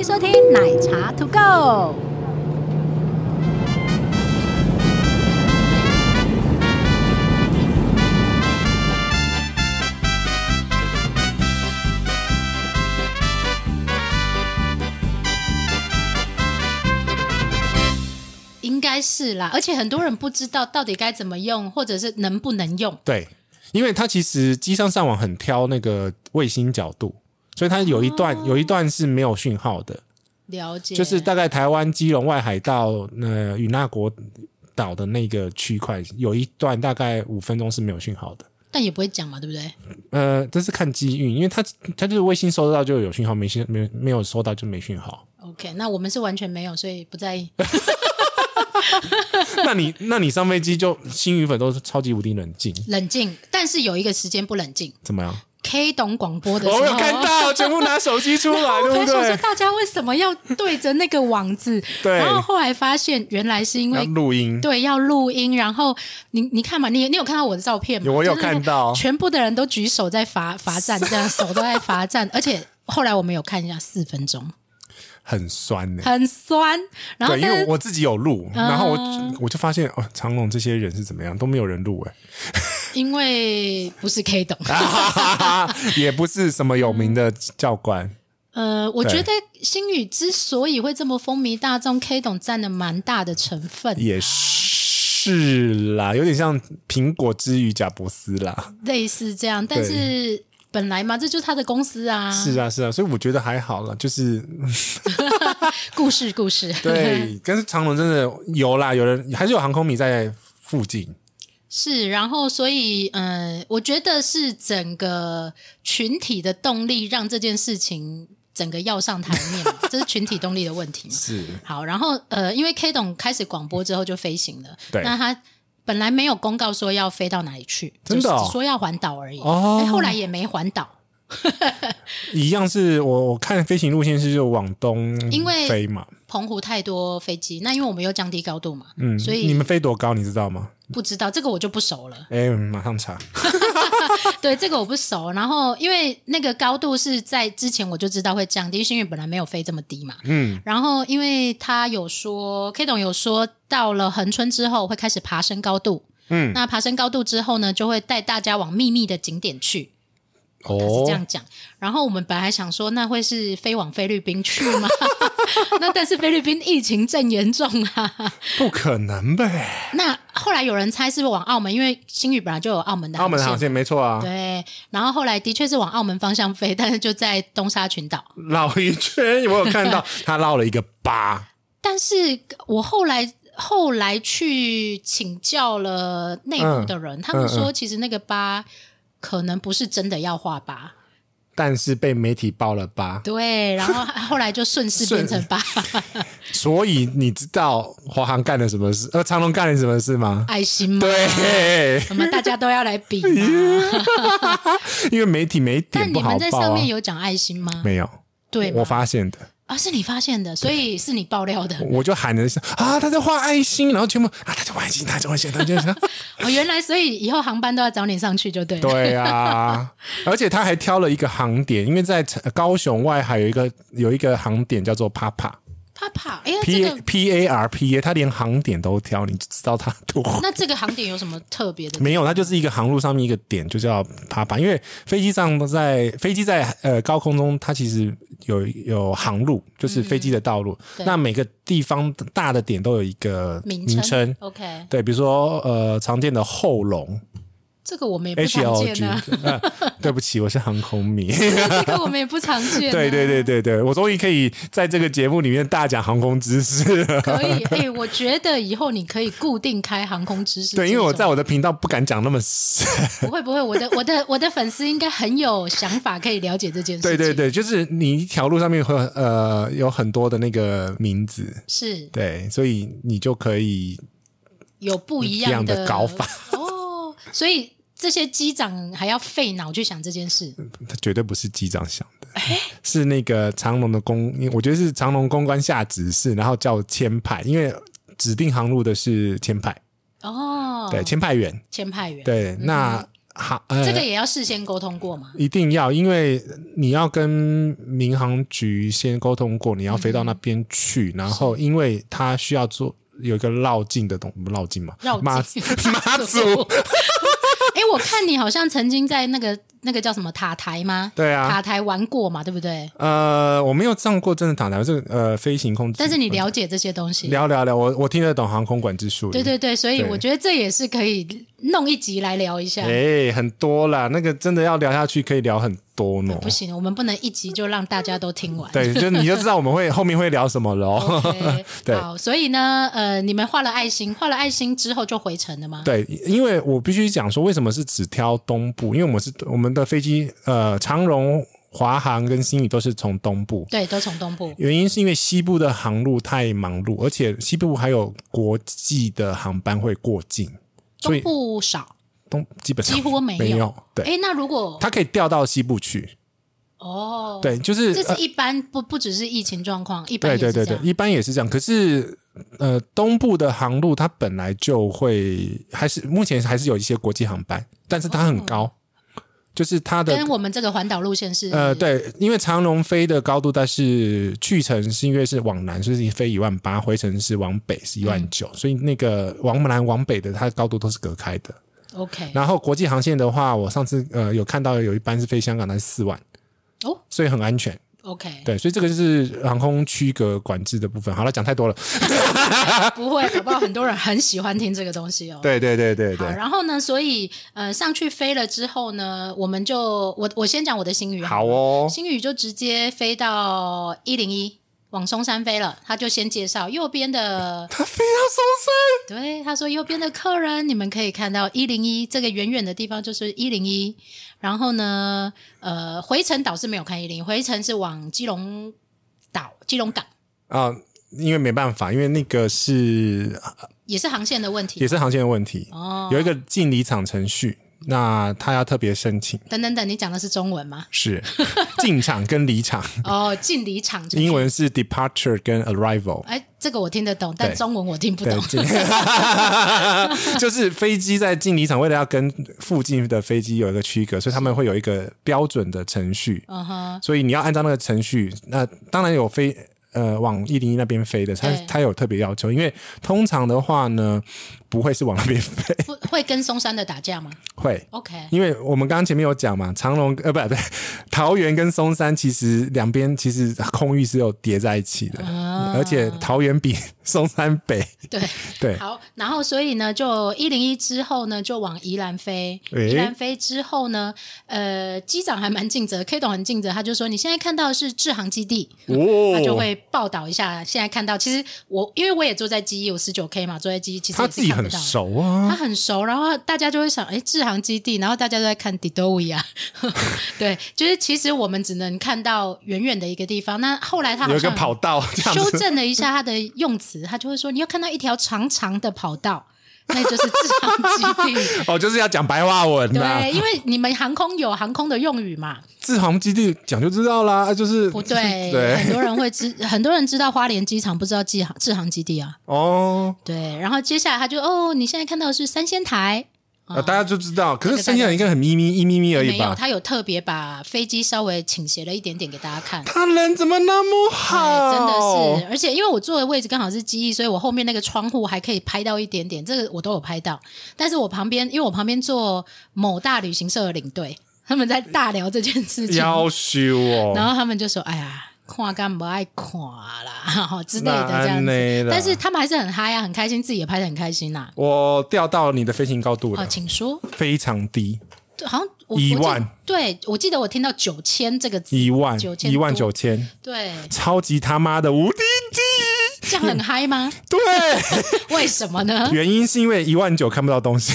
收听奶茶 To Go。应该是啦，而且很多人不知道到底该怎么用，或者是能不能用。 对，因为它其实机上上网很挑那个卫星角度，所以它有一段是没有讯号的。 了解， 就是大概台湾基隆外海到与那国岛的那个区块，有一段大概5分钟是没有讯号的。 但也不会讲嘛，对不对？ 这是看机运，因为它就是卫星收到就有讯号，没有收到就没讯号。 OK， 那我们是完全没有，所以不在意。 那你上飞机就星宇粉都是超级无敌冷静， 但是有一个时间不冷静。 怎么样 ？K 懂广播的时候， 我有看到，全部拿手机出来，对不对？ 说大家为什么要对着那个网子？ 对。 然后后来发现，原来是因为要录音， 对，要录音。然后你看嘛，你有看到我的照片吗？ 我有看到， 全部的人都举手在罚站，这样手都在罚站，而且后来我们有看一下4分钟。 很酸欸， 很酸。然后对，因为我自己有录，然后我就发现哦，长隆这些人是怎么样，都没有人录欸。 因为不是 K 董， 也不是什么有名的教官。 我觉得星宇之所以会这么风靡大众 ，K 董占了蛮大的成分。 也是啦，有点像苹果之于贾伯斯啦， 类似这样，但是。本来嘛，这就是他的公司啊。 是啊，所以我觉得还好啦，就是故事。 对，但是长隆真的有啦，有人还是有航空迷在附近。 是，然后所以我觉得是整个群体的动力让这件事情整个要上台面，这是群体动力的问题嘛。 是。 好，然后因为 K 董开始广播之后就飞行了， 对， 那他。本来没有公告说要飞到哪里去， 真的只说要环岛而已。后来也没环岛。 一样是我看飞行路线是就往东飞嘛， 澎湖太多飞机，那因为我们又降低高度嘛，所以你们飞多高你知道吗？ 不知道，这个我就不熟了。 马上查。 对，这个我不熟。然后因为那个高度是在之前我就知道会降低，因为本来没有飞这么低嘛。然后因为他有说 K 董有说到了恒春之后会开始爬升高度。那爬升高度之后呢，就会带大家往秘密的景点去。他是这样讲。然后我们本来想说那会是飞往菲律宾去吗？那但是菲律宾疫情正严重啊， 不可能呗。 那后来有人猜是不是往澳门，因为星宇本来就有澳门的航线没错啊。 对，然后后来的确是往澳门方向飞，但是就在东沙群岛绕一圈，我有看到他绕了一个8。 但是我后来去请教了内部的人，他们说其实那个8可能不是真的要画8， 但是被媒体爆了8。 对，然后后来就顺势变成8。 所以你知道华航干了什么事，长隆干了什么事吗？ 爱心吗？ 对， 我们大家都要来比嘛。 因为媒体没点不好报。 但你们在上面有讲爱心吗？ 没有，对，我发现的。 是你发现的，所以是你爆料的。 我就喊了一声他在画爱心，然后全部他在画爱心，他在画爱心。 原来所以以后航班都要找你上去就对了。 对啊，而且他还挑了一个航点，因为在高雄外海有一个航点叫做帕帕。PARPA， 他连航点都挑，你就知道他多。 那这个航点有什么特别的？ 没有，它就是一个航路上面一个点，就叫帕帕。因为飞机在高空中，它其实有航路，就是飞机的道路。那每个地方大的点都有一个名称。 OK， 对，比如说常见的后龙。 这个我们也不常见啊。 对不起，我是航空迷。 这个我们也不常见。 对，我终于可以在这个节目里面大讲航空知识了。 可以，我觉得以后你可以固定开航空知识。 对，因为我在我的频道不敢讲那么深。 不会，我的粉丝应该很有想法，可以了解这件事情。 对，就是你一条路上面会有很多的那个名字， 是对，所以你就可以有不一样的搞法。 所以这些机长还要费脑去想这件事。 他绝对不是机长想的，是那个长隆的我觉得是长隆公关下指示，然后叫签派，因为指定航路的是签派。对，签派员。 对， 那这个也要事先沟通过吗？ 一定要，因为你要跟民航局先沟通过，你要飞到那边去，然后因为它需要有一个绕境的绕境嘛， 妈祖。我看你好像曾经在那个叫什么塔台吗？ 对啊， 塔台玩过嘛，对不对？ 我没有上过真的塔台，这个飞行控制。 但是你了解这些东西？ 聊，我听得懂航空管制术语。 对，所以我觉得这也是可以弄一集来聊一下。 很多啦，那个真的要聊下去，可以聊很多呢。 不行，我们不能一集就让大家都听完。 对，就你就知道我们后面会聊什么了。 Okay, 对， 好，所以呢，你们画了爱心之后就回程了吗？ 对，因为我必须讲说，为什么是只挑东部？因为我们的飞机长荣、华航跟星宇都是从东部， 对，都从东部。 原因是因为西部的航路太忙碌，而且西部还有国际的航班会过境， 东部少， 基本上几乎没有。 对， 那如果它可以调到西部去。对，就是这是一般不只是疫情状况，一般也是这样。 对，一般也是这样。可是东部的航路它本来就会目前还是有一些国际航班，但是它很高。就是它的跟我们这个环岛路线是对，因为长荣飞的高度，但是去程是因为是往南，所以飞18000，回程是往北是19000，所以那个往南往北的它的高度都是隔开的。 OK， 然后国际航线的话，我上次有看到有一班是飞香港，那是4万所以很安全。 OK， 对，所以这个就是航空区隔管制的部分。好了，讲太多了。 不会，搞不好很多人很喜欢听这个东西哦。 对。好， 然后呢，所以上去飞了之后呢，我们就我先讲我的星宇。 好哦， 星宇就直接飞到101。往松山飞了，他就先介绍右边的， 他飞到松山，对，他说右边的客人，你们可以看到101这个远远的地方就是101，然后呢，回程岛是没有看101，回程是往基隆港因为没办法，因为那个也是航线的问题， 有一个进离场程序。那他要特别申请。 等，你讲的是中文吗？ 是进场跟离场。 进离场。 英文是 departure 跟 arrival。 这个我听得懂，但中文我听不懂。 就是飞机在进离场，为了要跟附近的飞机有一个区隔，所以他们会有一个标准的程序。所以你要按照那个程序。那当然有往101那边飞的，它有特别要求，因为通常的话呢，不会是往那边飞。 会跟松山的打架吗？ 会 ，OK。 因为我们刚刚前面有讲嘛，长荣不对，桃园跟松山其实两边其实空域是有叠在一起的，而且桃园比松山北。对。 好，然后所以呢，就101之后呢，就往宜兰飞。宜兰飞之后呢，机长还蛮尽责 ，K 董很尽责，他就说你现在看到的是志航基地，他就会报道一下。现在看到，其实因为我也坐在机翼，有19K 嘛，坐在机翼其实也是看不到。他自己很熟啊， 他很熟，然后大家就会想，志航基地，然后大家都在看 Didowi 啊，对，就是其实我们只能看到远远的一个地方。那后来他好像有一个跑道， 修正了一下他的用词，他就会说你要看到一条长长的跑道。那就是志航基地就是要讲白话文啦。 对，因为你们航空有航空的用语嘛。 志航基地讲就知道啦，就是不对。对，很多人知道花莲机场，不知道志航基地啊。对，然后接下来他就你现在看到的是3仙台。 大家就知道，可是3仙台应该很咪咪而已吧？ 没有，他有特别把飞机稍微倾斜了一点点给大家看。 他人怎么那么好？ 真的是，而且因为我坐的位置刚好是机翼，所以我后面那个窗户还可以拍到一点点，这个我都有拍到。但是因为我旁边坐某大旅行社的领队，他们在大聊这件事情， 夭羞哦。 然后他们就说：“哎呀。”看干不爱看啦之类的这样子，但是他们还是很嗨啊，很开心，自己也拍得很开心啦。 我调到你的飞行高度了， 请说。 非常低， 好像 1万。 对，我记得我听到9000这个字 ，19000， 对， 超级他妈的无敌低， 这样很嗨吗？ 对， 为什么呢？ 原因是因为19000看不到东西。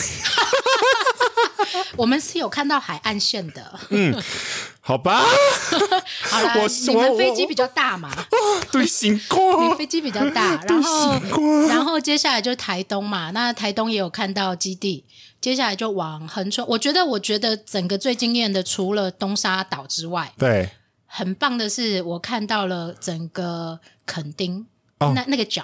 我们是有看到海岸线的。 好吧。 好啦，你们飞机比较大嘛。 对，辛苦。 你飞机比较大，然后接下来就是台东嘛，那台东也有看到基地，接下来就往恒春。我觉得整个最惊艳的，除了东沙岛之外， 对， 很棒的是我看到了整个垦丁，那个角。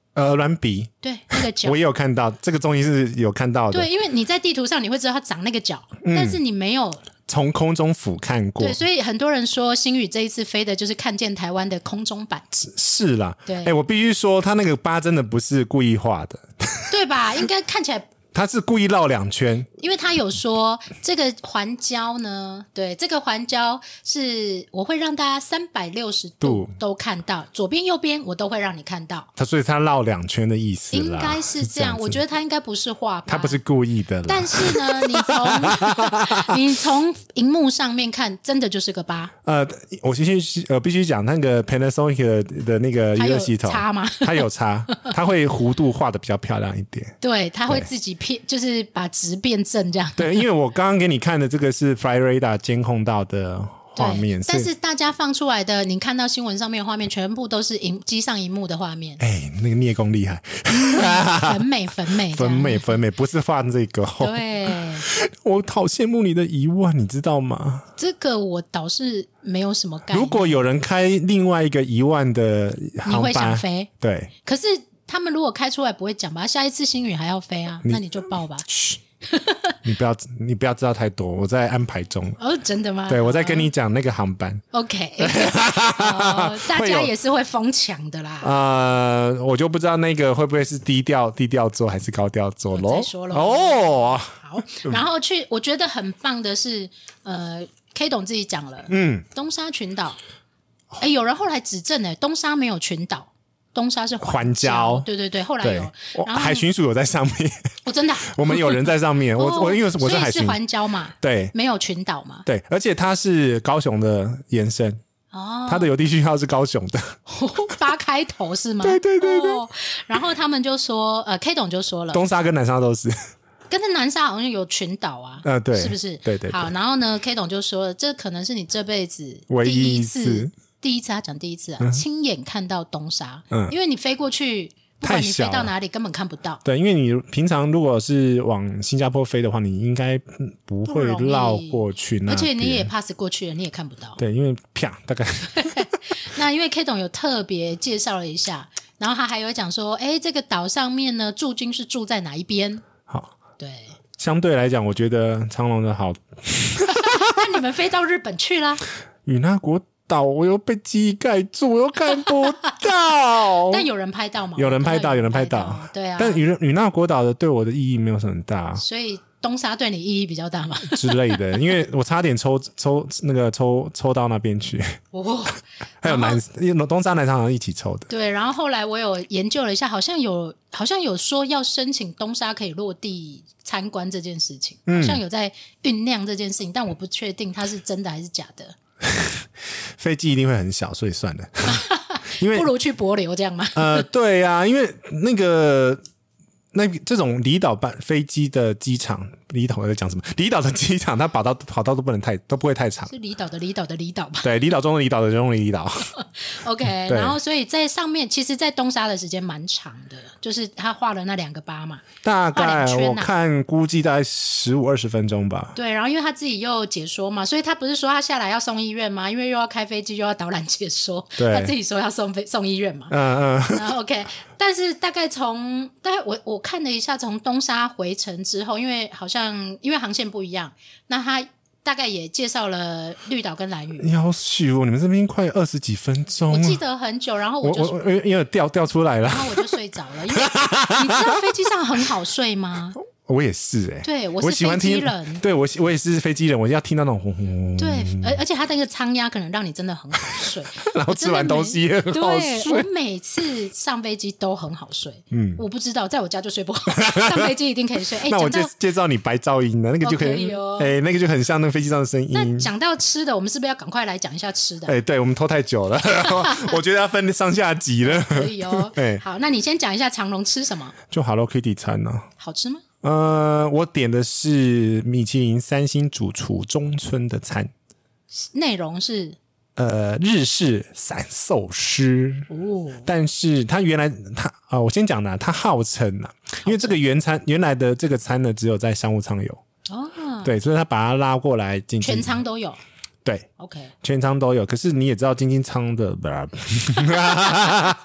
鹅銮鼻， 对，那个角我也有看到，这个综艺是有看到的。 对，因为你在地图上你会知道它长那个角，但是你没有从空中俯瞰过。 对，所以很多人说星宇这一次飞的就是看见台湾的空中版。 是啦， 对， 我必须说，他那个疤真的不是故意画的， 对吧？应该看起来。 他是故意绕2圈， 因为他有说这个环礁呢，对，这个环礁是我会让大家360度都看到，左边右边我都会让你看到。 所以他绕2圈的意思啦， 应该是这样。我觉得他应该不是画吧， 他不是故意的啦。 但是呢，你从荧幕上面看，真的就是个疤。 我必须讲那个 Panasonic 的那个娱乐系统， 它有差吗？ 它有差，它会弧度画的比较漂亮一点。 对，它会自己就是把值变正这样。 对，因为我刚刚给你看的这个是 Flyrada 监控到的画面， 但是大家放出来的，你看到新闻上面的画面，全部都是机上荧幕的画面。 那个聂工厉害， 粉美， 粉美，不是放这个。 对， 我好羡慕你的1万，你知道吗？ 这个我倒是没有什么概念。 如果有人开另外一个1万的航班， 你会想飞？ 对， 可是他们如果开出来不会讲吧？下一次星宇还要飞啊，那你就报吧。 你不要知道太多，我在安排中。 哦，真的吗？ 对，我在跟你讲那个航班。 OK， 大家也是会疯抢的啦。 我就不知道那个会不会是低调做还是高调做咯。 再说咯。 哦， 好，然后我觉得很棒的是，K 董自己讲了，东沙群岛，有人后来指正东沙没有群岛。东沙是环礁，对，后来有，然后海巡署有在上面， 真的， 我们有人在上面，我因为我是海巡， 所以是环礁嘛， 对， 没有群岛嘛， 对，而且它是高雄的延伸，它的邮递序号是高雄的 ，8开头是吗？ 对， 然后他们就说，K 董就说了， 东沙跟南沙都是。 跟着南沙好像有群岛啊， 对， 是不是？ 对。 好，然后呢 ，K 董就说了，这可能是你这辈子唯一一次。第一次他讲第一次亲眼看到东沙，因为你飞过去，不管你飞到哪里根本看不到。 对，因为你平常如果是往新加坡飞的话，你应该不会绕过去那边， 而且你也 pass 过去了，你也看不到。 对，因为啪，大概。 那因为 K 董有特别介绍了一下，然后他还有讲说，这个岛上面呢，驻军是住在哪一边？ 好， 对， 相对来讲，我觉得长荣的好。 那你们飞到日本去啦？ 与那国岛我又被机盖住，我又看不到。 但有人拍到吗？ 有人拍到。 对啊。 但与那国岛的对我的意义没有很大， 所以东沙对你意义比较大嘛之类的，因为我差点抽到那边去。还有东沙南沙好像一起抽的。 对，然后后来我有研究了一下，好像有说要申请东沙可以落地参观这件事情，好像有在酝酿这件事情，但我不确定它是真的还是假的。 飞机一定会很小，所以算了。因为不如去帛琉这样吗？ 对啊，因为这种离岛飞机的机场，离岛我在讲什么？离岛的机场，它跑道都不会太长， 是离岛吧？ 对，离岛中的离岛的中的离岛。 OK， 然后所以在上面，其实，在东沙的时间蛮长的，就是他画了那2个疤嘛， 大概我看估计大概15-20分钟吧。 对，然后因为他自己又解说嘛，所以他不是说他下来要送医院吗？因为又要开飞机又要导览解说，他自己说要送医院嘛。然后 OK， 但是大概我看了一下，从东沙回程之后，因为航线不一样，那他大概也介绍了绿岛跟兰屿。 要许你们这边快20几分钟， 我记得很久，然后我因为掉出来了， 然后我就睡着了。因为你知道飞机上很好睡吗？ 我也是对，我是飞机人， 对我也是飞机人，我要听到那种轰轰。 对，而且它那个舱压可能让你真的很好睡， 然后吃完东西也很好睡。 对，我每次上飞机都很好睡。我不知道，在我家就睡不好，上飞机一定可以睡。 那我介绍你白噪音的那个就可以，那个就很像那个飞机上的声音。 那讲到吃的，我们是不是要赶快来讲一下吃的？ 对，我们拖太久了，我觉得要分上下集了。 可以哦。好，那你先讲一下长荣吃什么？ 就 Hello Kitty 餐呢。 好吃吗？ 我点的是米其林3星主厨中村的餐， 内容是日式散寿司。但是它原来我先讲他号称因为这个原来的这个餐呢，只有在商务舱有对，所以他把它拉过来进全舱都有。 对 ，OK， 全舱都有。可是你也知道，经济舱的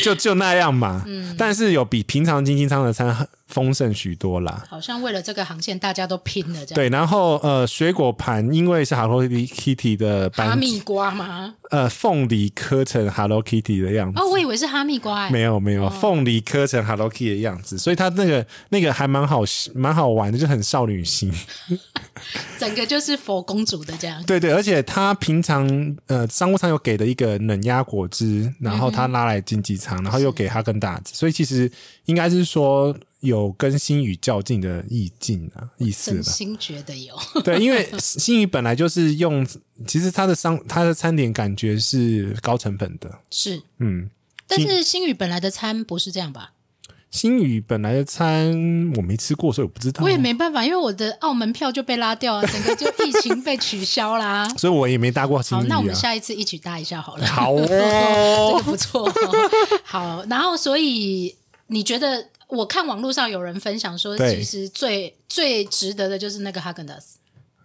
就那样嘛。但是有比平常经济舱的餐丰盛许多啦。 好像为了这个航线，大家都拼了这样。 对，然后水果盘因为是 Hello Kitty 的哈密瓜吗？ 凤梨刻成 Hello Kitty 的样子。 哦，我以为是哈密瓜。 没有，凤梨刻成 Hello Kitty 的样子，所以它那个还蛮好玩的，就很少女心。 整个就是佛公主的这样。 对对，而且他平常商务舱有给的一个冷压果汁，然后他拉来经济舱，然后又给哈根达斯，所以其实应该是说有跟星宇较劲的意思了。 真心觉得有。 对，因为星宇本来就是其实他的餐点感觉是高成本的。 是，但是星宇本来的餐不是这样吧？ 星宇本来的餐我没吃过，所以我不知道。 我也没办法，因为我的澳门票就被拉掉了，整个就疫情被取消啦。 所以我也没搭过星宇。 好，那我们下一次一起搭一下好了。 好哦， 这个不错哦。好，然后所以你觉得，我看网络上有人分享说，其实最值得的就是那个哈根达斯。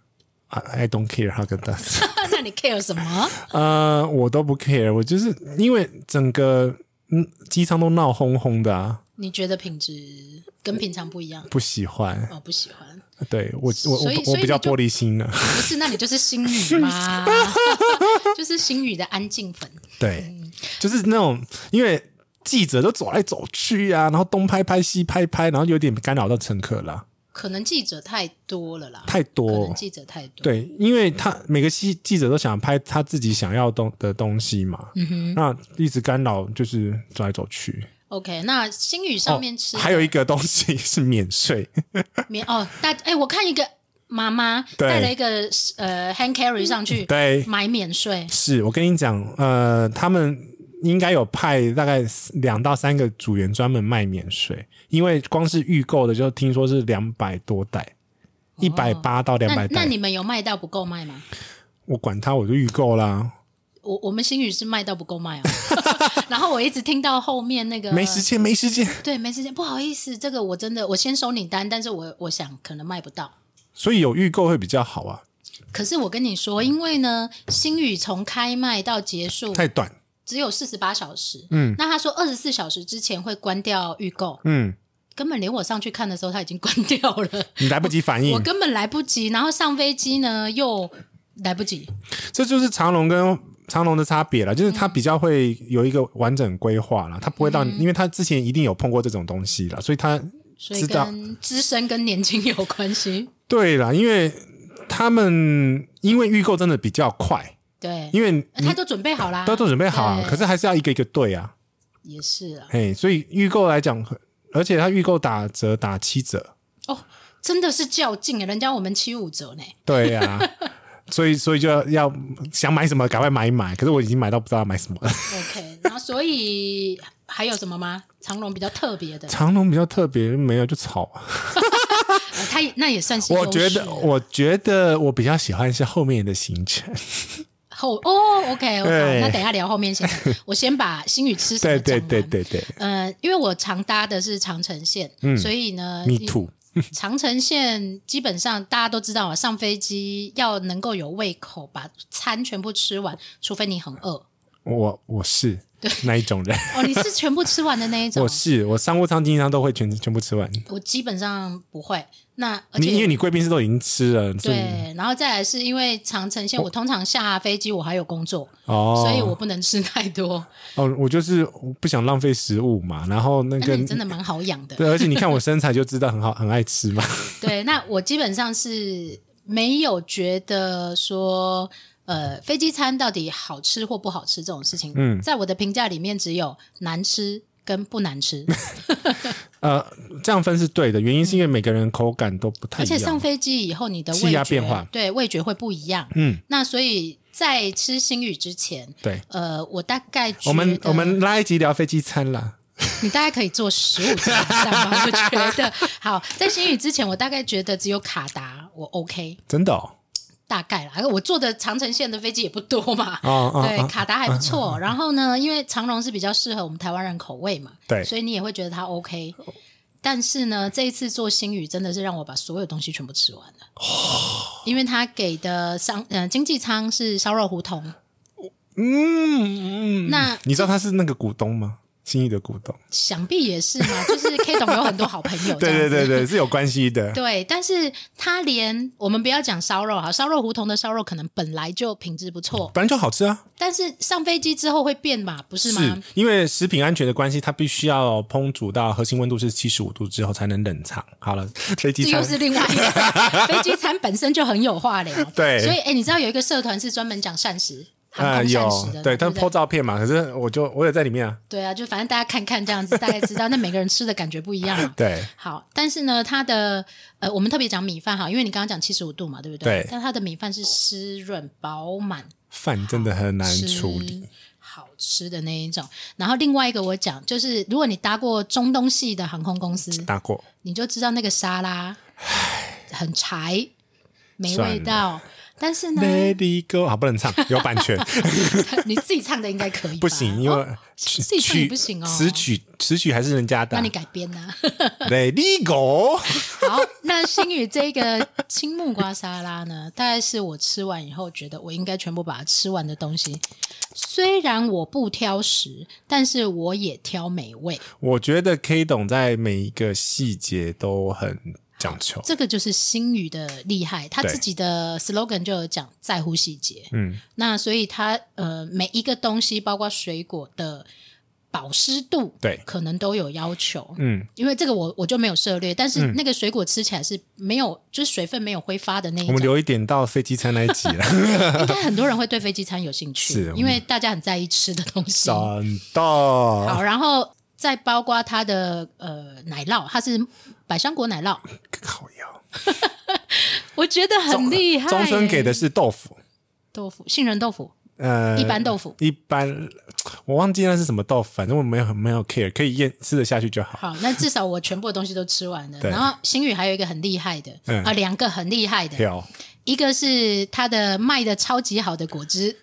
I don't care 哈根达斯。 那你 care 什么？ 我都不 care， 我就是因为整个机舱都闹哄哄的啊。 你觉得品质跟平常不一样？ 不喜欢哦，不喜欢。 对，我比较玻璃心了。 不是，那你就是星宇嘛，就是星宇的安静粉。 对，就是那种因为记者都走来走去啊，然后东拍拍西拍拍，然后有点干扰到乘客啦。 可能记者太多了啦， 太多， 可能记者太多。 对，因为每个记者都想拍他自己想要的东西嘛，那一直干扰，就是走来走去。 OK， 那星宇上面吃还有一个东西是免税。 我看一个妈妈带了一个hand carry 上去， 对， 买免税。 是我跟你讲，他们应该有派大概2到3个组员专门卖免税，因为光是预购的就听说是200多袋，180到200袋。 那你们有卖到不够卖吗？ 我管他，我就预购啦。 我们星宇是卖到不够卖哦。然后我一直听到后面那个没时间， 对，没时间，不好意思，这个我先收你单，但是我想可能卖不到， 所以有预购会比较好啊。 可是我跟你说，因为呢，星宇从开卖到结束太短， 只有48小时，那他说24小时之前会关掉预购，根本连我上去看的时候他已经关掉了， 你来不及反应， 我根本来不及，然后上飞机呢又来不及， 这就是长龙的差别啦，就是他比较会有一个完整规划啦，他不会到，因为他之前一定有碰过这种东西啦，所以他知道， 跟资深跟年轻有关系。 对啦，因为预购真的比较快， 对， 因为他都准备好啦， 都准备好啊，可是还是要一个一个对啊。 也是啊， 所以预购来讲，而且他预购打折打7折哦，真的是较劲，人家我们75折呢。 对啊。所以就要想买什么赶快买一买，可是我已经买到不知道要买什么了。 OK， 然后所以还有什么吗？长荣比较特别的？长荣比较特别没有就吵啊。 他那也算是我觉得我比较喜欢是后面的行程。 OK， 那等一下聊后面行程。我先把星宇吃什么讲完。 对。 因为我常搭的是长程线，所以呢 ，Me too。 长程线基本上大家都知道，上飞机要能够有胃口，把餐全部吃完，除非你很饿。 我是那一种人。 你是全部吃完的那一种？ 我商务舱、经济舱都会全部吃完。 我基本上不会。那而且因为你贵宾室都已经吃了， 对，然后再来是因为长程线，我通常下飞机我还有工作，所以我不能吃太多。 我就是不想浪费食物嘛，然后那个你真的蛮好养的， 对，而且你看我身材就知道很爱吃嘛。 对，那我基本上是没有觉得说飞机餐到底好吃或不好吃这种事情，在我的评价里面只有难吃跟不难吃。 这样分是对的，原因是因为每个人口感都不太一样， 而且上飞机以后你的味觉气压变化， 对，味觉会不一样。那所以在吃星宇之前， 对， 我大概觉得我们拉一集聊飞机餐啦。 你大概可以做15集以上吧，我觉得。好，在星宇之前，我大概觉得只有卡达我 OK， 真的哦。 大概啦，我坐的长程线的飞机也不多嘛，对，卡达还不错。然后呢，因为长荣是比较适合我们台湾人口味嘛， 对， 所以你也会觉得它 OK。但是呢，这一次做星宇真的是让我把所有东西全部吃完了，因为他给的经济舱是烧肉胡同。那你知道他是那个股东吗？ 星宇的股东， 想必也是嘛，就是 K 董有很多好朋友对对对对，是有关系的。 对，但是他连我们不要讲烧肉哈，烧肉胡同的烧肉可能本来就品质不错， 本来就好吃啊。 但是上飞机之后会变嘛，不是吗？ 是因为食品安全的关系，它必须要烹煮到核心温度是75度之后才能冷藏。好了，飞机餐这又是另外一个飞机餐本身就很有话聊， 对， 所以你知道有一个社团是专门讲膳食。航空膳食的， 对，他 po 照片嘛，可是我也在里面啊。 对啊，就反正大家看看这样子，大概知道那每个人吃的感觉不一样嘛。 对， 好，但是呢，它的我们特别讲米饭哈，因为你刚刚讲75度嘛，对不对？ 对。 但它的米饭是湿润饱满， 饭真的很难处理， 好吃的那一种。然后另外一个我讲，就是如果你搭过中东系的航空公司， 搭过， 你就知道那个沙拉很柴，没味道。但是呢 Let it go 好，不能唱，有版权。 你自己唱的应该可以吧？ 不行，因为自己唱也不行哦。 词曲还是人家的。 那你改编啊 Let it go 好，那星宇这个青木瓜沙拉呢，大概是我吃完以后觉得我应该全部把它吃完的东西。虽然我不挑食，但是我也挑美味。 我觉得 K 董在每一个细节都很讲求， 这个就是星宇的厉害，他自己的 slogan 就有讲在乎细节。那所以他每一个东西，包括水果的保湿度， 对， 可能都有要求。因为这个我就没有涉猎，但是那个水果吃起来是没有，就是水分没有挥发的那一种。 我们留一点到飞机餐那一集了。 应该很多人会对飞机餐有兴趣，是因为大家很在意吃的东西。 真的好，然后再包括它的奶酪，它是百香果奶酪， 靠腰我觉得很厉害。 中村给的是豆腐， 杏仁豆腐，一般豆腐， 一般我忘记那是什么豆腐，反正我没有 care， 可以吃得下去就好。 好，那至少我全部的东西都吃完了。然后星宇还有一个很厉害的，两个很厉害的，一个是它的卖的超级好的果汁。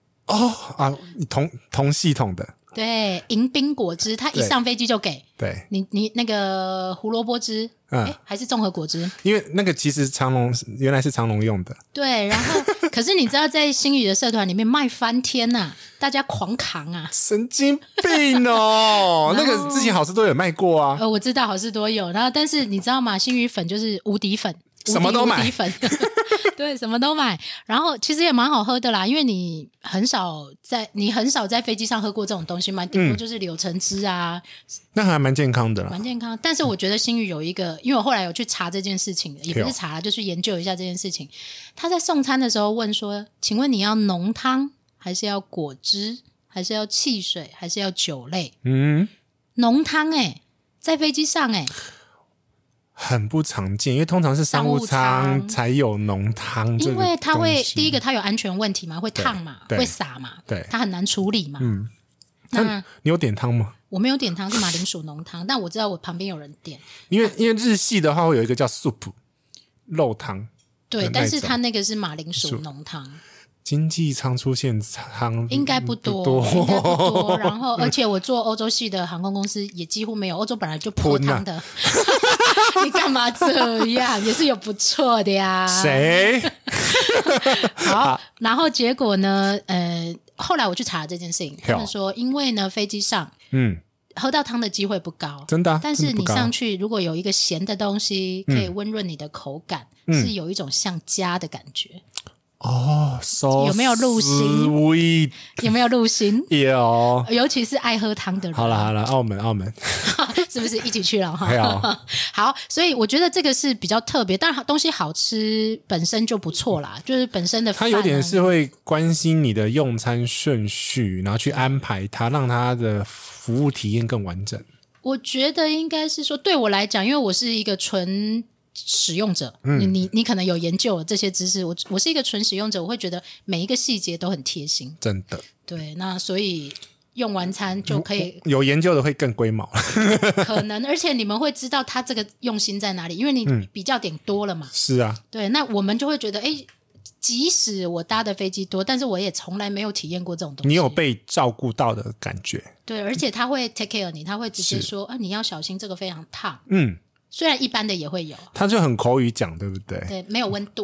同系统的。 对，迎宾果汁，它一上飞机就给。 对， 你那个胡萝卜汁，还是综合果汁？ 因为那个其实原来是长隆用的。 对，然后可是你知道在星宇的社团里面卖翻天啊，大家狂扛啊， 神经病哦！那个之前好事多有卖过啊。 我知道好事多有，然后但是你知道吗？星宇粉就是无敌粉。 什么都买， 无敌粉对，什么都买。然后其实也蛮好喝的啦，因为你很少在飞机上喝过这种东西嘛，顶多就是柳橙汁啊。 那还蛮健康的啦， 蛮健康。但是我觉得星宇有一个，因为我后来有去查这件事情，也不是查，就去研究一下这件事情。他在送餐的时候问说：“请问你要浓汤，还是要果汁，还是要汽水，还是要酒类？”浓汤在飞机上很不常见，因为通常是商务舱才有浓汤， 因为它会第一个它有安全问题嘛，会烫嘛，会洒嘛， 对， 它很难处理嘛。 那你有点汤吗？ 我没有点汤，是马铃薯浓汤，但我知道我旁边有人点。 因为日系的话会有一个叫 soup 肉汤， 对，但是它那个是马铃薯浓汤。 经济舱出现汤应该不多，然后而且我做欧洲系的航空公司也几乎没有，欧洲本来就泼汤的。你干嘛这样？也是有不错的呀。 谁？ 好，然后结果呢？后来我去查了这件事情，他们说，因为呢飞机上，喝到汤的机会不高， 真的。 但是你上去如果有一个咸的东西，可以温润你的口感，是有一种像家的感觉。 有没有入心？有没有入心？ 有， 尤其是爱喝汤的人。 好了，澳门是不是一起去了哈？好，所以我觉得这个是比较特别，但东西好吃本身就不错啦，就是本身的饭。 他有点是会关心你的用餐顺序，然后去安排它，让它的服务体验更完整。 我觉得应该是说，对我来讲，因为我是一个纯使用者，你可能有研究这些知识，我是一个纯使用者，我会觉得每一个细节都很贴心， 真的。 对，那所以用完餐就可以有研究的会更龟毛， 可能，而且你们会知道他这个用心在哪里，因为你比较点多了嘛。 是啊， 对，那我们就会觉得，即使我搭的飞机多，但是我也从来没有体验过这种东西。 你有被照顾到的感觉？ 对，而且他会 take care 你，他会直接说你要小心这个非常烫。虽然一般的也会有， 他就很口语讲，对不对？ 对，没有温度。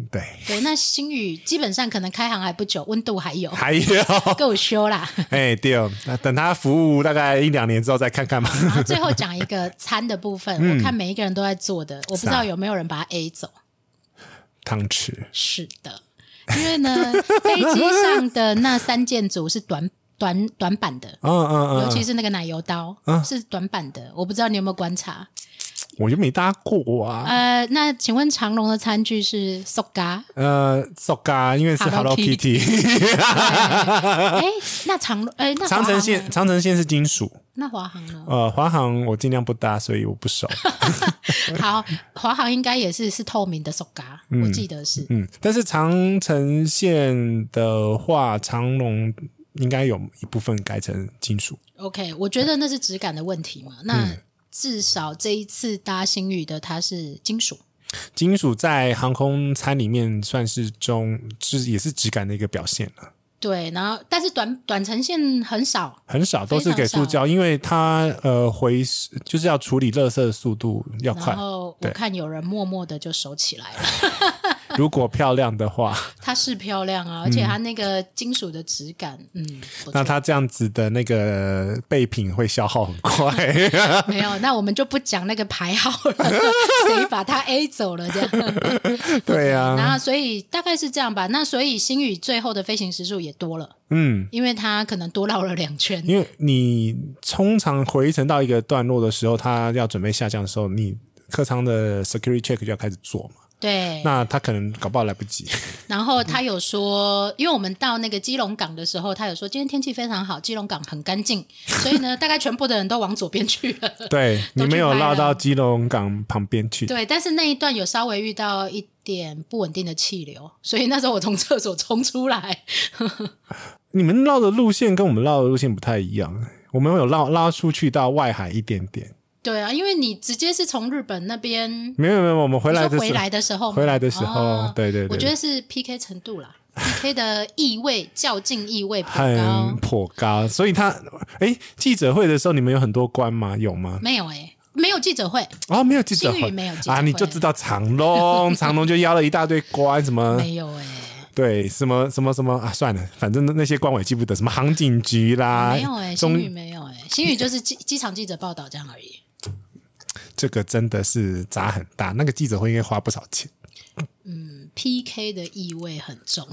对， 那星宇基本上可能开航还不久，温度还有够修啦。 对，等他服务大概1-2年之后再看看嘛。 然后最后讲一个餐的部分，我看每一个人都在做的，我不知道有没有人把它 A 走。 汤匙是的，因为呢，飞机上的那3件组是短版的，尤其是那个奶油刀是短版的，我不知道你有没有观察。 我就没搭过啊。 那请问长荣的餐具是塑胶 ？塑胶，因为是 Hello Kitty。 那长城线是金属。 那华航呢？ 华航我尽量不搭，所以我不熟。 好，华航应该也是透明的塑胶，我记得是。 但是长城线的话，长荣应该有一部分改成金属。 OK， 我觉得那是质感的问题嘛。那至少这一次搭星宇的它是金属。 金属在航空餐里面算是也是质感的一个表现了。 对，然后但是短程线很少， 都是给塑胶，因为它就是要处理垃圾的速度要快。 然后我看有人默默的就收起来了。 如果漂亮的话， 它是漂亮啊，而且它那个金属的质感， 那它这样子的那个备品会消耗很快。 没有，那我们就不讲那个牌号了，谁把它 A 走了这样。 对啊， 然后所以大概是这样吧。那所以星宇最后的飞行时数也多了，因为它可能多绕了2圈。 因为你通常回程到一个段落的时候，它要准备下降的时候，你客舱的 security check 就要开始做嘛。 对， 那他可能搞不好来不及。 然后他有说，因为我们到那个基隆港的时候，他有说今天天气非常好，基隆港很干净，所以呢，大概全部的人都往左边去了。 对，你没有绕到基隆港旁边去。 对，但是那一段有稍微遇到一点不稳定的气流，所以那时候我从厕所冲出来。 你们绕的路线跟我们绕的路线不太一样，我们有绕出去到外海一点点。 对啊，因为你直接是从日本那边， 没有，我们回来的时候，对， 我觉得是 PK 程度啦，PK 的意味较劲意味颇高，所以记者会的时候你们有很多关吗？有吗？ 没有没有记者会没有记者会， 星宇没有记者会啊，你就知道长荣就邀了一大堆关，什么没有对，什么啊，算了，反正那些官我也记不得，什么航警局啦， 没有星宇没有星宇就是机场记者报道这样而已。 这个真的是砸很大，那个记者会应该花不少钱。 PK 的意味很重。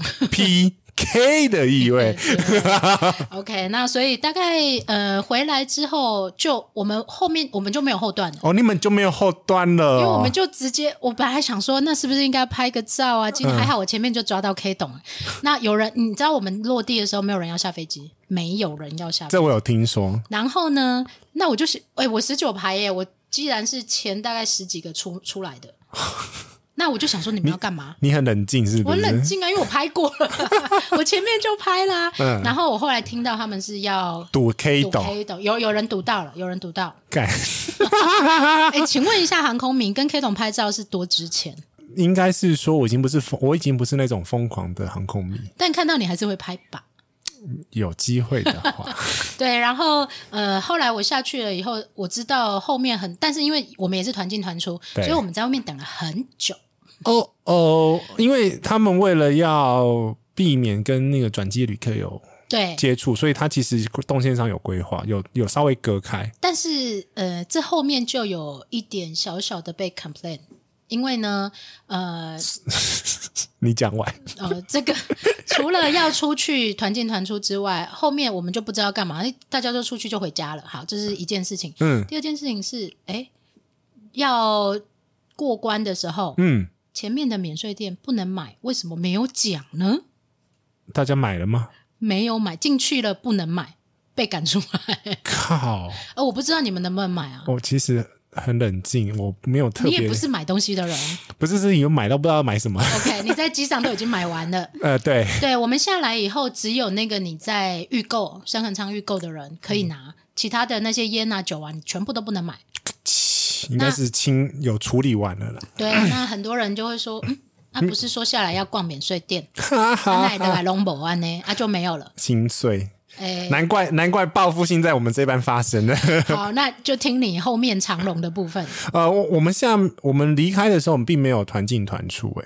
PK 的意味。 OK， 那所以大概回来之后，就我们后面我们就没有后段了。 你们就没有后段了， 因为我们就直接，我本来想说，那是不是应该拍个照啊？今天还好，我前面就抓到 K 董。那有人，你知道我们落地的时候，没有人要下飞机，没有人要下飞机， 这我有听说。 然后呢，那我就是我19排耶，我既然是前大概10几个出来的。那我就想说你们要干嘛？ 你很冷静是不是？ 我很冷静啊，因为我拍过了，我前面就拍啦。然后我后来听到他们是要赌 K 斗， 有人赌到了，有人赌到。 干请问一下航空迷，跟 K 董拍照是多值钱？ 应该是说我已经不是那种疯狂的航空迷， 但看到你还是会拍吧。 有机会的话。 对，然后后来我下去了以后，我知道后面但是因为我们也是团进团出，所以我们在外面等了很久。 因为他们为了要避免跟那个转机旅客有接触，所以他其实动线上有规划，有稍微隔开。 但是这后面就有一点小小的被 complain， 因为呢你讲完这个除了要出去团进团出之外，后面我们就不知道干嘛，大家都出去就回家了。好，这是一件事情。第二件事情是要过关的时候前面的免税店不能买，为什么没有讲呢？ 大家买了吗？ 没有买，进去了不能买，被赶出来。 靠！ 我不知道你们能不能买啊？ 我其实很冷静，我没有特别。 你也不是买东西的人， 不是有买到不知道买什么。 OK， 你在机上都已经买完了。 对， 我们下来以后，只有那个你在预购深恒昌预购的人可以拿，其他的那些烟啊酒啊，你全部都不能买。 应该是有处理完了啦。 对，那很多人就会说，那不是说下来要逛免税店，那大概拢无安呢，就没有了， 心碎。难怪报复性在我们这班发生了。 好，那就听你后面长荣的部分。 我们离开的时候，我们并没有团进团出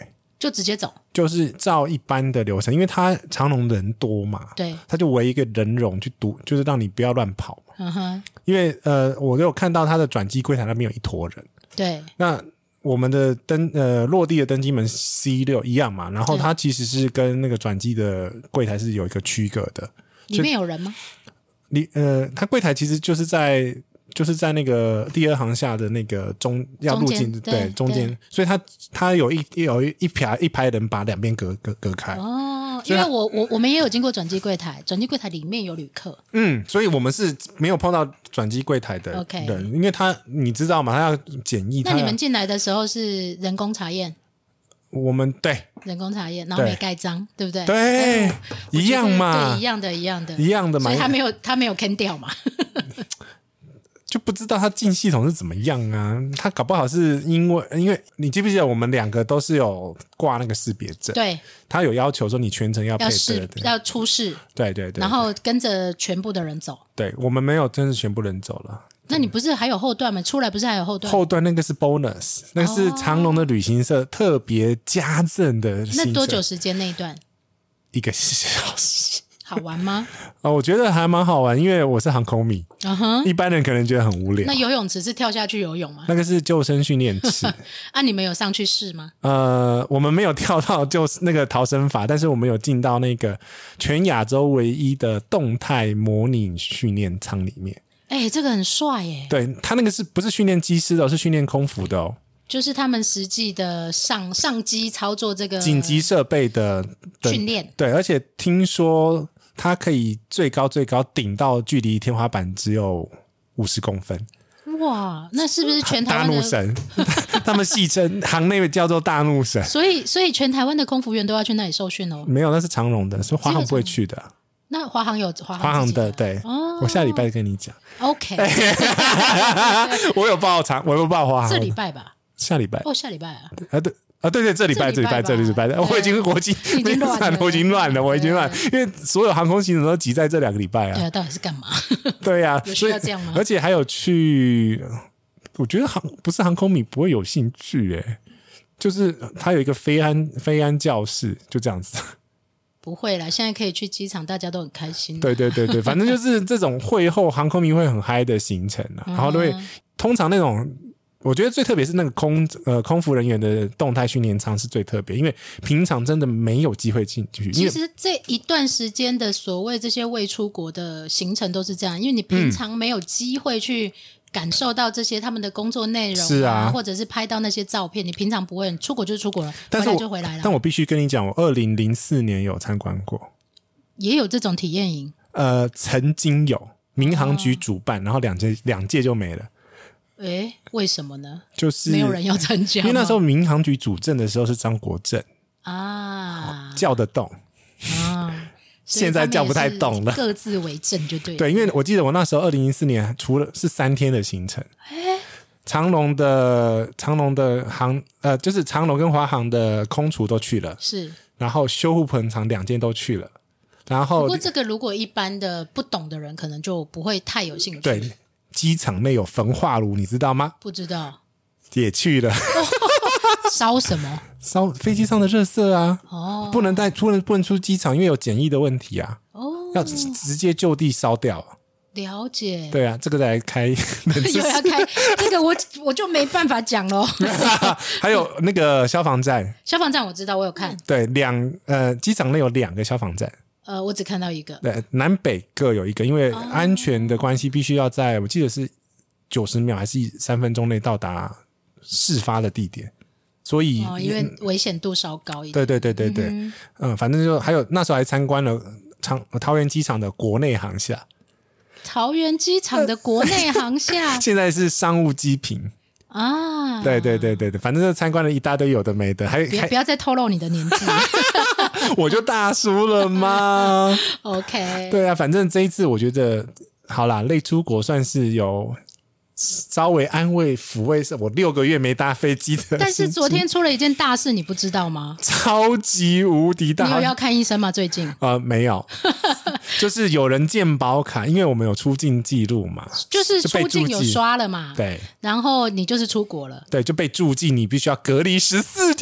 就直接走， 就是照一般的流程，因为他长荣人多嘛， 对， 他就围一个人龙去堵，就是让你不要乱跑嘛。因为我有看到他的转机柜台那边有一坨人， 对， 那我们的落地的登机门 C6 一样嘛，然后它其实是跟那个转机的柜台是有一个区隔的。 里面有人吗？ 它柜台其实就是在那个第二航厦的那个要入境对中间，所以它有一排人把两边隔开。 因为我们也有经过转机柜台，转机柜台里面有旅客。 所以我们是没有碰到转机柜台的人 OK 因为你知道嘛，他要检疫。 那你们进来的时候是人工查验？ 我们对人工查验，然后没盖章，对不对？ 对，一样嘛， 对，一样的嘛， 所以他没有坑掉嘛。 就不知道他进系统是怎么样啊？他搞不好是因为你记不记得我们两个都是有挂那个识别证？ 对， 他有要求说你全程要配要出示， 对， 然后跟着全部的人走。 对，我们没有真是全部人走了。 那你不是还有后段吗？出来不是还有后段？ 后段那个是 bonus， 那是长荣的旅行社特别加赠的行程。 那多久时间那一段 ？1个小时。 好玩吗？ 我觉得还蛮好玩，因为我是航空迷。一般人可能觉得很无聊。 那游泳池是跳下去游泳吗？ 那个是救生训练池。 你们有上去试吗？ 我们没有跳到就是那个逃生法，但是我们有进到那个全亚洲唯一的动态模拟训练舱里面。 这个很帅耶。 对，他那个不是训练机师的是训练空服的哦。 就是他们实际的上机操作这个紧急设备的训练。 对，而且听说它可以最高顶到距离天花板只有50公分。 哇，那是不是全台湾的大怒神？他们戏称行内叫做大怒神。 所以全台湾的空服员都要去那里受训哦。 没有，那是长荣的，所以华航不会去的。 那华航有华航的，对，我下礼拜跟你讲。 OK， 我有报华航， 这礼拜吧。 下礼拜下礼拜啊？ 对，这礼拜，我已经乱了，因为所有航空行程都挤在这2个礼拜啊。 对啊，到底是干嘛？ 对啊， 有需要这样吗？ 而且还有去，我觉得不是航空迷不会有兴趣就是他有一个飞安教室，就这样子。 不会啦，现在可以去机场，大家都很开心。 对，反正就是这种会后航空迷会很嗨的行程然后通常那种。我觉得最特别是那个空服人员的动态训练舱是最特别，因为平常真的没有机会进去。 其实这一段时间的所谓这些未出国的行程都是这样，因为你平常没有机会去感受到这些他们的工作内容或者是拍到那些照片，你平常不会，出国就出国了，回来就回来了。 但我必须跟你讲，我2004年有参观过， 也有这种体验营。 曾经有民航局主办，然后两届就没了。 为什么呢？ 就是没有人要参加， 因为那时候民航局主政的时候是张国政叫得动现在叫不太动了， 各自为政就对了。 对，因为我记得我那时候2004年除了是3天的行程，长荣的就是长荣跟华航的空厨都去了， 是， 然后修护棚厂2间都去了，然后不过这个如果一般的不懂的人可能就不会太有兴趣。 对。机场内有焚化炉，你知道吗？ 不知道， 也去了。 烧什么？ 烧飞机上的垃圾啊！不能出机场，因为有检疫的问题啊。要直接就地烧掉。 了解。 对啊，这个再来开， 又要开这个我就没办法讲咯。 还有那个消防站， 我知道，我有看。 对，机场内有2个消防站。 我只看到一个。 对，南北各有一个，因为安全的关系，必须要在我记得是90秒还是3分钟内到达事发的地点，所以因为危险度稍高一点。 对，反正就还有那时候还参观了桃园机场的国内航厦。 桃园机场的国内航厦， 现在是商务机坪。对，反正就参观了一大堆有的没的， 不要再透露你的年纪。 我就大叔了吗 ？OK， 对啊，反正这一次我觉得好啦，类出国算是有稍微安慰抚慰我6个月没搭飞机的。 但是昨天出了一件大事，你不知道吗？ 超级无敌大！ 你有要看医生吗？最近没有，就是有人健保卡，因为我们有出境记录嘛， 就是出境有刷了嘛， 对， 然后你就是出国了， 对，就被注记，你必须要隔离14天。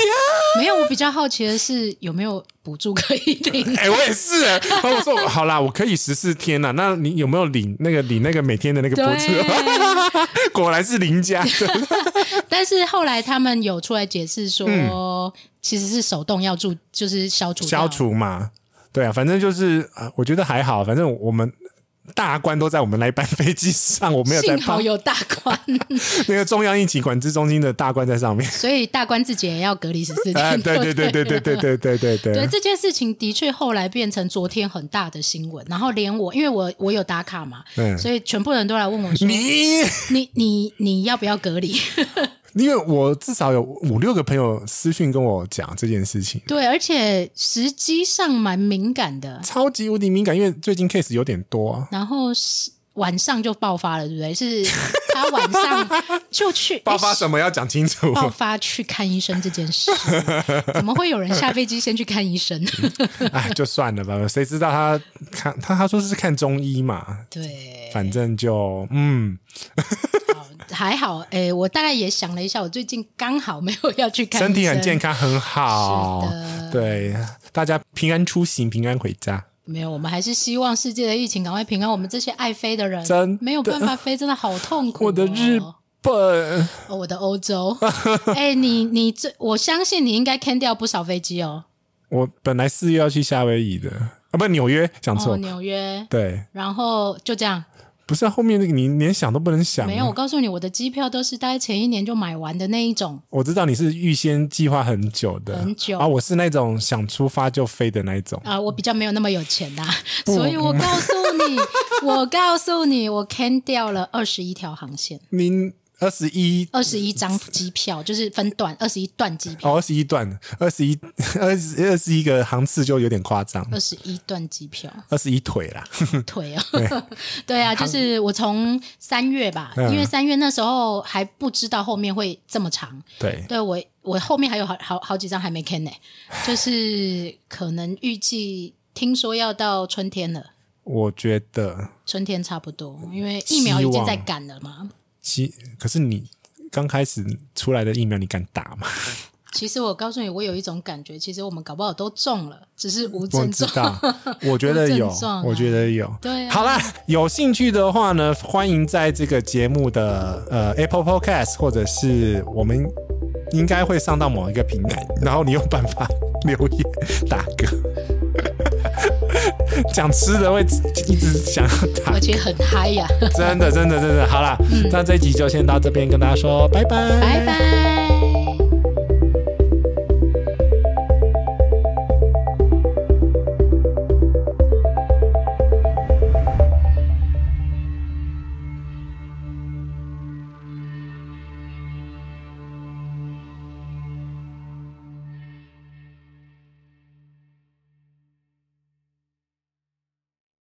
没有，我比较好奇的是有没有补助可以领。 我也是我说好啦，我可以14天啦，那你有没有领那个每天的那个补助？果然是零加。 但是后来他们有出来解释说，其实是手动要就是消除嘛。对啊，反正就是我觉得还好，反正我们大官都在我们那一班飞机上，我没有在。 幸好有大官， 那个中央疫情管制中心的大官在上面， 所以大官自己也要隔离14天。 对。 对这件事情的确后来变成昨天很大的新闻，然后连我，因为我有打卡嘛，所以全部人都来问我说：“你要不要隔离？” 因为我至少有5-6个朋友私讯跟我讲这件事情。 对，而且时机上蛮敏感的， 超级无敌敏感，因为最近 case 有点多然后晚上就爆发了，对不对？是他晚上就去爆发什么要讲清楚。 爆发去看医生这件事，怎么会有人下飞机先去看医生？ 就算了吧，谁知道他说是看中医嘛？ 对， 反正就还好，我大概也想了一下，我最近刚好没有要去看医生， 身体很健康，很好。 是的， 对，大家平安出行，平安回家。 没有，我们还是希望世界的疫情赶快平安。我们这些爱飞的人，没有办法飞，真的好痛苦。 我的日本， 我的欧洲。我相信你应该 can 掉不少飞机哦。 我本来4月要去夏威夷的，不，纽约，讲错， 纽约。 对， 然后就这样。 不是后面那个你连想都不能想。 没有，我告诉你，我的机票都是大概前1年就买完的那一种。 我知道你是预先计划很久的， 很久我是那种想出发就飞的那一种我比较没有那么有钱所以我告诉你，我 can 掉了21条航线。 您21 张机票，就是分段21段机票。 21段21个航次就有点夸张。 21段机票 ，21腿啦。 腿对啊，就是我从3月吧，因为3月那时候还不知道后面会这么长。对，我后面还有好几张还没 can 就是可能预计听说要到春天了。 我觉得春天差不多，因为疫苗已经在赶了嘛。 可是你刚开始出来的疫苗你敢打吗？ 其实我告诉你，我有一种感觉，其实我们搞不好都中了，只是无症状。 我觉得有，我觉得有。 对好啦，有兴趣的话呢，欢迎在这个节目的Apple Podcast 或者是我们应该会上到某一个平台，然后你有办法留言打嗝。讲吃的会一直想要打， 而且很嗨呀！ 真的，好啦，那这一集就先到这边，跟大家说拜拜， 拜拜。